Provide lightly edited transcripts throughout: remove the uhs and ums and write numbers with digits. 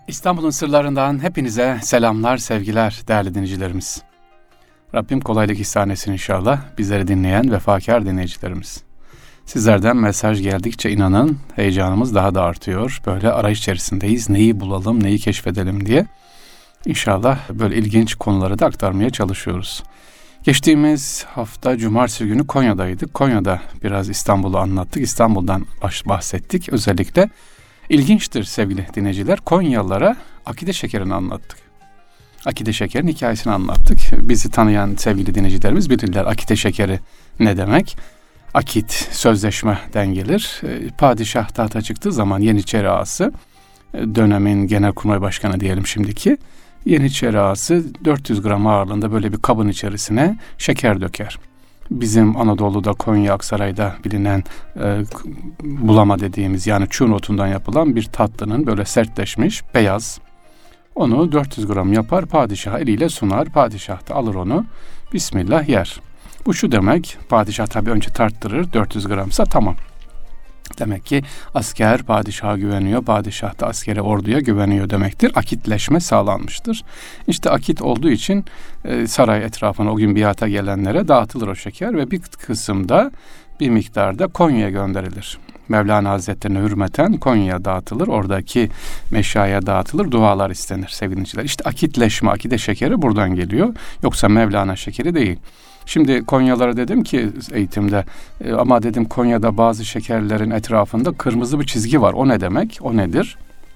İstanbul'un sırlarından hepinize selamlar, sevgiler değerli dinleyicilerimiz. Rabbim kolaylık ihsan etsin inşallah bizleri dinleyen vefakar dinleyicilerimiz. Sizlerden mesaj geldikçe inanın heyecanımız daha da artıyor. Böyle arayış içerisindeyiz. Neyi bulalım, neyi keşfedelim diye. İnşallah böyle ilginç konuları da aktarmaya çalışıyoruz. Geçtiğimiz hafta cumartesi günü Konya'daydık. Konya'da biraz İstanbul'u anlattık. İstanbul'dan bahsettik. Özellikle İlginçtir sevgili dinleyiciler. Konyalılara akide şekerini anlattık. Akide şekerinin hikayesini anlattık. Bizi tanıyan sevgili dinleyicilerimiz bilirler akide şekeri ne demek. Akit sözleşmeden gelir. Padişah tahta çıktığı zaman Yeniçeri Ağası, dönemin Genelkurmay Başkanı diyelim şimdiki, Yeniçeri Ağası 400 gram ağırlığında böyle bir kabın içerisine şeker döker. Bizim Anadolu'da Konya Aksaray'da bilinen bulama dediğimiz yani çun otundan yapılan bir tatlının böyle sertleşmiş beyaz. Onu 400 gram yapar, padişah eliyle sunar. Padişah da alır onu, bismillah yer. Bu şu demek, padişah tabii önce tarttırır, 400 gramsa tamam. Demek ki asker padişaha güveniyor, padişah da askere, orduya güveniyor demektir. Akitleşme sağlanmıştır. İşte akit olduğu için saray etrafına o gün biata gelenlere dağıtılır o şeker ve bir kısımda bir miktarda Konya'ya gönderilir. Mevlana Hazretlerine hürmeten Konya'ya dağıtılır, oradaki meşaya dağıtılır, dualar istenir sevgili dinleyiciler. İşte akitleşme, akide şekeri buradan geliyor. Yoksa Mevlana şekeri değil. Şimdi Konyalara dedim ki eğitimde ama dedim Konya'da bazı şekerlerin etrafında kırmızı bir çizgi var. O ne demek? O nedir?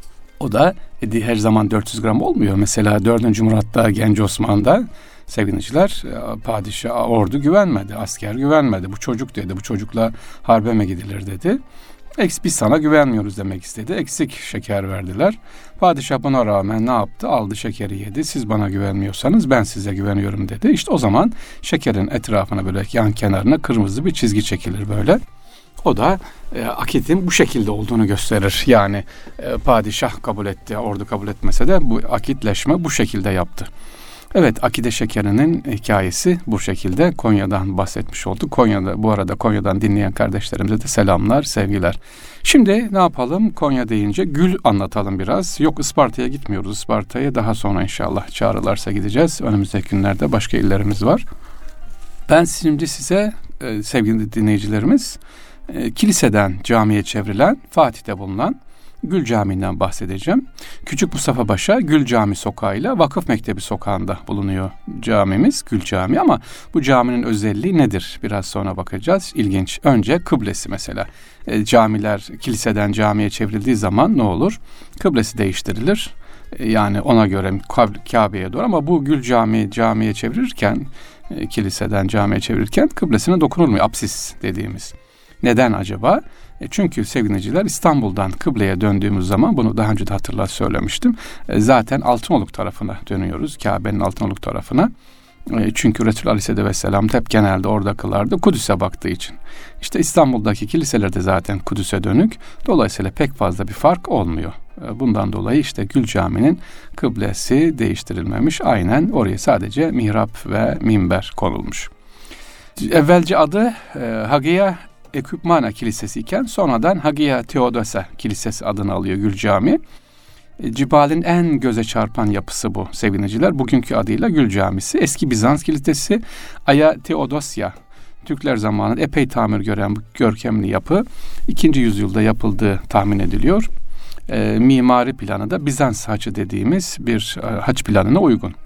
O da her zaman 400 gram olmuyor. Mesela 4. Murat'ta, Genç Osman'da sevgili dinleyiciler padişah, ordu güvenmedi, asker güvenmedi. Bu çocuk dedi, bu çocukla harbe mi gidilir dedi. Biz sana güvenmiyoruz demek istedi. Eksik şeker verdiler. Padişah buna rağmen ne yaptı? Aldı şekeri yedi. Siz bana güvenmiyorsanız ben size güveniyorum dedi. İşte o zaman şekerin etrafına böyle yan kenarına kırmızı bir çizgi çekilir böyle. O da akitin bu şekilde olduğunu gösterir. Yani padişah kabul etti, ordu kabul etmese de bu akitleşme bu şekilde yaptı. Evet, akide şekerinin hikayesi bu şekilde. Konya'dan bahsetmiş olduk. Konya'da, bu arada Konya'dan dinleyen kardeşlerimize de selamlar, sevgiler. Şimdi ne yapalım? Konya deyince gül anlatalım biraz. Yok, Isparta'ya gitmiyoruz. Isparta'ya daha sonra inşallah çağrılarsa gideceğiz. Önümüzdeki günlerde başka illerimiz var. Ben şimdi size sevgili dinleyicilerimiz kiliseden camiye çevrilen, Fatih'te bulunan Gül Camii'nden bahsedeceğim. Küçük Mustafa Paşa Gül Cami sokağıyla Vakıf Mektebi sokağında bulunuyor camimiz, Gül Camii, ama bu caminin özelliği nedir? Biraz sonra bakacağız. İlginç. Önce kıblesi mesela. Camiler kiliseden camiye çevrildiği zaman ne olur? Kıblesi değiştirilir. Yani ona göre Kabe'ye doğru, ama bu Gül Camii camiye çevirirken, kiliseden camiye çevirirken kıblesine dokunulmuyor. Apsis dediğimiz. Neden acaba? Çünkü sevgili dinleyiciler, İstanbul'dan kıbleye döndüğümüz zaman, bunu daha önce de söylemiştim. Zaten Altınoluk tarafına dönüyoruz. Kabe'nin Altınoluk tarafına. Çünkü Resulullah Aleyhisselatü Vesselam hep genelde orada kılardı, Kudüs'e baktığı için. İşte İstanbul'daki kiliseler de zaten Kudüs'e dönük. Dolayısıyla pek fazla bir fark olmuyor. Bundan dolayı işte Gül Camii'nin kıblesi değiştirilmemiş. Aynen oraya sadece mihrap ve minber konulmuş. Evvelce adı Hagia Eküpmana Kilisesi iken sonradan Hagia Theodosa Kilisesi adını alıyor Gül Camii. Cibal'in en göze çarpan yapısı bu sevgili dinleyiciler. Bugünkü adıyla Gül Camisi. Eski Bizans Kilisesi Hagia Theodosia. Türkler zamanında epey tamir gören bu görkemli yapı 2. yüzyılda yapıldığı tahmin ediliyor. Mimari planı da Bizans haçı dediğimiz bir haç planına uygun.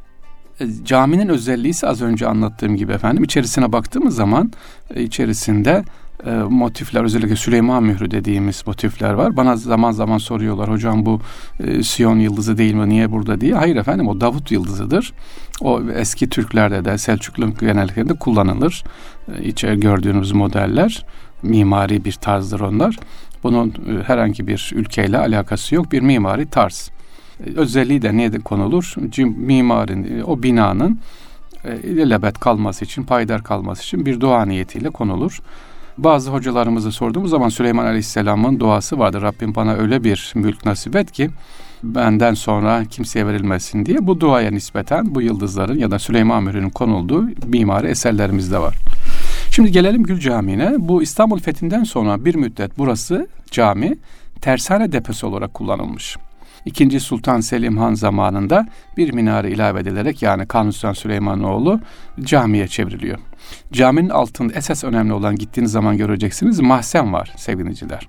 Caminin özelliği ise az önce anlattığım gibi efendim, içerisine baktığımız zaman içerisinde motifler, özellikle Süleyman mührü dediğimiz motifler var. Bana zaman zaman soruyorlar, hocam bu Siyon yıldızı değil mi, niye burada diye. Hayır efendim, o Davut yıldızıdır. O eski Türklerde de, Selçuklu genellikle de kullanılır. İçeri gördüğünüz modeller mimari bir tarzdır onlar. Bunun herhangi bir ülkeyle alakası yok, bir mimari tarz. Özelliği de neye konulur? Mimarin, o binanın ilelebet kalması için, payidar kalması için bir dua niyetiyle konulur. Bazı hocalarımıza sorduğumuz zaman Süleyman Aleyhisselam'ın duası vardır. Rabbim bana öyle bir mülk nasip et ki benden sonra kimseye verilmesin diye. Bu duaya nispeten bu yıldızların ya da Süleyman mührünün konulduğu mimari eserlerimiz de var. Şimdi gelelim Gül Camii'ne. Bu İstanbul fethinden sonra bir müddet burası cami tersane deposu olarak kullanılmış. 2. Sultan Selim Han zamanında bir minare ilave edilerek, yani Kanuni Sultan Süleymanoğlu camiye çevriliyor. Caminin altında esas önemli olan, gittiğiniz zaman göreceksiniz, mahzen var sevgiliciler.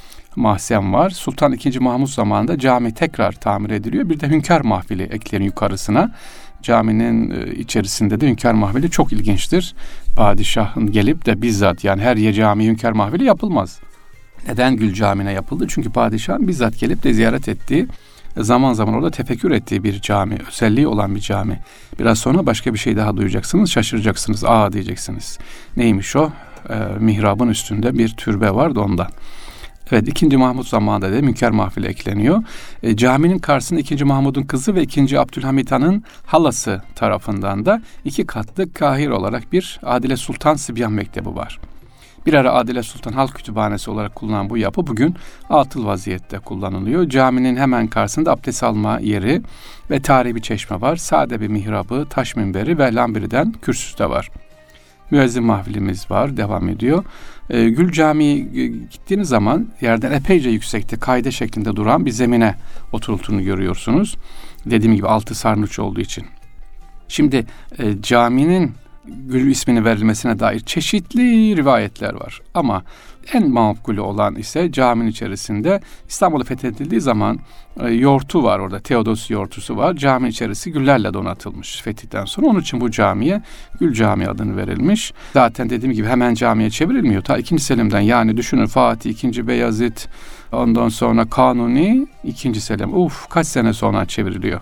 Mahzen var. Sultan II. Mahmut zamanında cami tekrar tamir ediliyor. Bir de hünkâr mahfili ekleniyor yukarısına. Caminin içerisinde de hünkâr mahfili çok ilginçtir. Padişahın gelip de bizzat, yani her yer cami hünkâr mahfili yapılmaz. Neden Gül Camii'ne yapıldı? Çünkü padişahın bizzat gelip de ziyaret ettiği, zaman zaman orada tefekkür ettiği bir cami, özelliği olan bir cami. Biraz sonra başka bir şey daha duyacaksınız, şaşıracaksınız. Aa diyeceksiniz. Neymiş o? Mihrabın üstünde bir türbe vardı ondan. Evet, 2. Mahmut zamanında da hünkâr mahfili ekleniyor. Caminin karşısında 2. Mahmud'un kızı ve 2. Abdülhamit Han'ın halası tarafından da 2 katlı kahir olarak bir Adile Sultan Sibyan Mektebi var. Bir ara Adile Sultan Halk Kütüphanesi olarak kullanılan bu yapı bugün atıl vaziyette kullanılıyor. Caminin hemen karşısında abdest alma yeri ve tarihi bir çeşme var. Sade bir mihrabı, taş minberi ve lambiriden kürsüsü de var. Müezzin mahfilimiz var, devam ediyor. Gül Camii'ye gittiğiniz zaman yerden epeyce yüksekte, kayde şeklinde duran bir zemine oturulduğunu görüyorsunuz. Dediğim gibi altı sarnıç olduğu için. Şimdi caminin Gül ismini verilmesine dair çeşitli rivayetler var. Ama en makulü olan ise caminin içerisinde İstanbul'u fethedildiği zaman yortu var orada. Teodos yortusu var. Cami içerisi güllerle donatılmış fetihten sonra. Onun için bu camiye Gül Camii adını verilmiş. Zaten dediğim gibi hemen camiye çevrilmiyor. Ta 2. Selim'den, yani düşünün, Fatih, 2. Beyazıt, ondan sonra Kanuni, 2. Selim. Kaç sene sonra çevriliyor.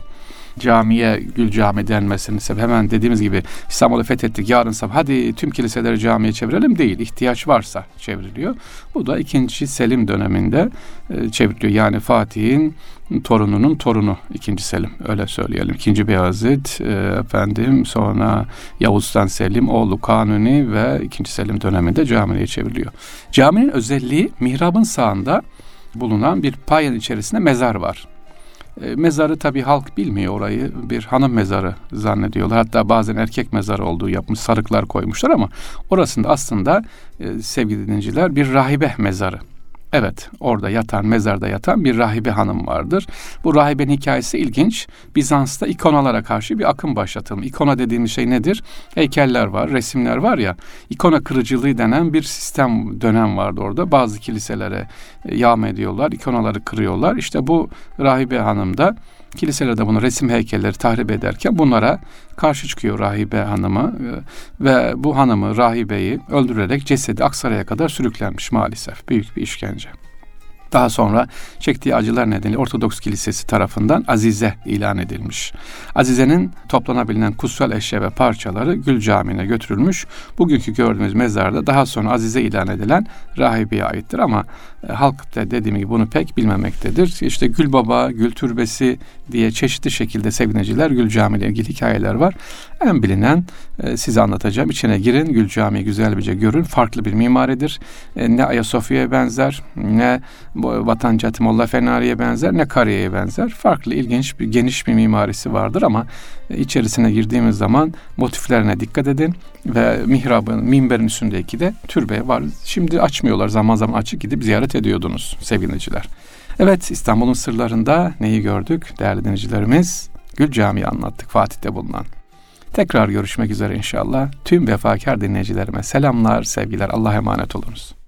Camiye Gül Camii denmesinin sebebi, hemen dediğimiz gibi İstanbul'u fethettik, yarın sabah hadi tüm kiliseleri camiye çevirelim değil. İhtiyaç varsa çevriliyor. Bu da 2. Selim döneminde çevriliyor. Yani Fatih'in torununun torunu 2. Selim, öyle söyleyelim. 2. Beyazıt, sonra Yavuz Sultan Selim, oğlu Kanuni ve 2. Selim döneminde camiye çevriliyor. Caminin özelliği, mihrabın sağında bulunan bir payen içerisinde mezar var. Mezarı tabii halk bilmiyor, orayı bir hanım mezarı zannediyorlar. Hatta bazen erkek mezarı olduğu yapmış, sarıklar koymuşlar ama orasında aslında sevgili dinleyiciler bir rahibe mezarı. Evet, orada yatan, mezarda yatan bir rahibe hanım vardır. Bu rahibenin hikayesi ilginç. Bizans'ta ikonalara karşı bir akım başlatılmış. İkona dediğimiz şey nedir? Heykeller var, resimler var ya. İkona kırıcılığı denen bir dönem vardı orada. Bazı kiliselere yağma ediyorlar, ikonaları kırıyorlar. İşte bu rahibe hanım da kiliselerde bunu, resim heykelleri tahrip ederken bunlara karşı çıkıyor rahibe hanımı ve bu hanımı, rahibeyi öldürerek cesedi Aksaray'a kadar sürüklenmiş maalesef. Büyük bir işkence. Daha sonra çektiği acılar nedeniyle Ortodoks Kilisesi tarafından azize ilan edilmiş. Azize'nin toplanabilen kutsal eşya ve parçaları Gül Camii'ne götürülmüş. Bugünkü gördüğümüz mezarda daha sonra azize ilan edilen rahibeye aittir ama halk da dediğim gibi bunu pek bilmemektedir. İşte Gül Baba, Gül Türbesi diye çeşitli şekilde sevgiliciler Gül Camii ile ilgili hikayeler var. En bilinen size anlatacağım. İçine girin, Gül Camii güzelce görün. Farklı bir mimaridir. Ne Ayasofya'ya benzer, ne Vatancı Molla Fenari'ye benzer, ne Kariye'ye benzer. Farklı, ilginç, geniş bir mimarisi vardır ama içerisine girdiğimiz zaman motiflerine dikkat edin ve mihrabın, minberin üstündeki de türbe var. Şimdi açmıyorlar, zaman zaman açık gidip ziyaret ediyordunuz sevgili dinleyiciler. Evet, İstanbul'un sırlarında neyi gördük değerli dinleyicilerimiz? Gül Camii'yi anlattık, Fatih'te bulunan. Tekrar görüşmek üzere inşallah. Tüm vefakar dinleyicilerime selamlar, sevgiler. Allah'a emanet olunuz.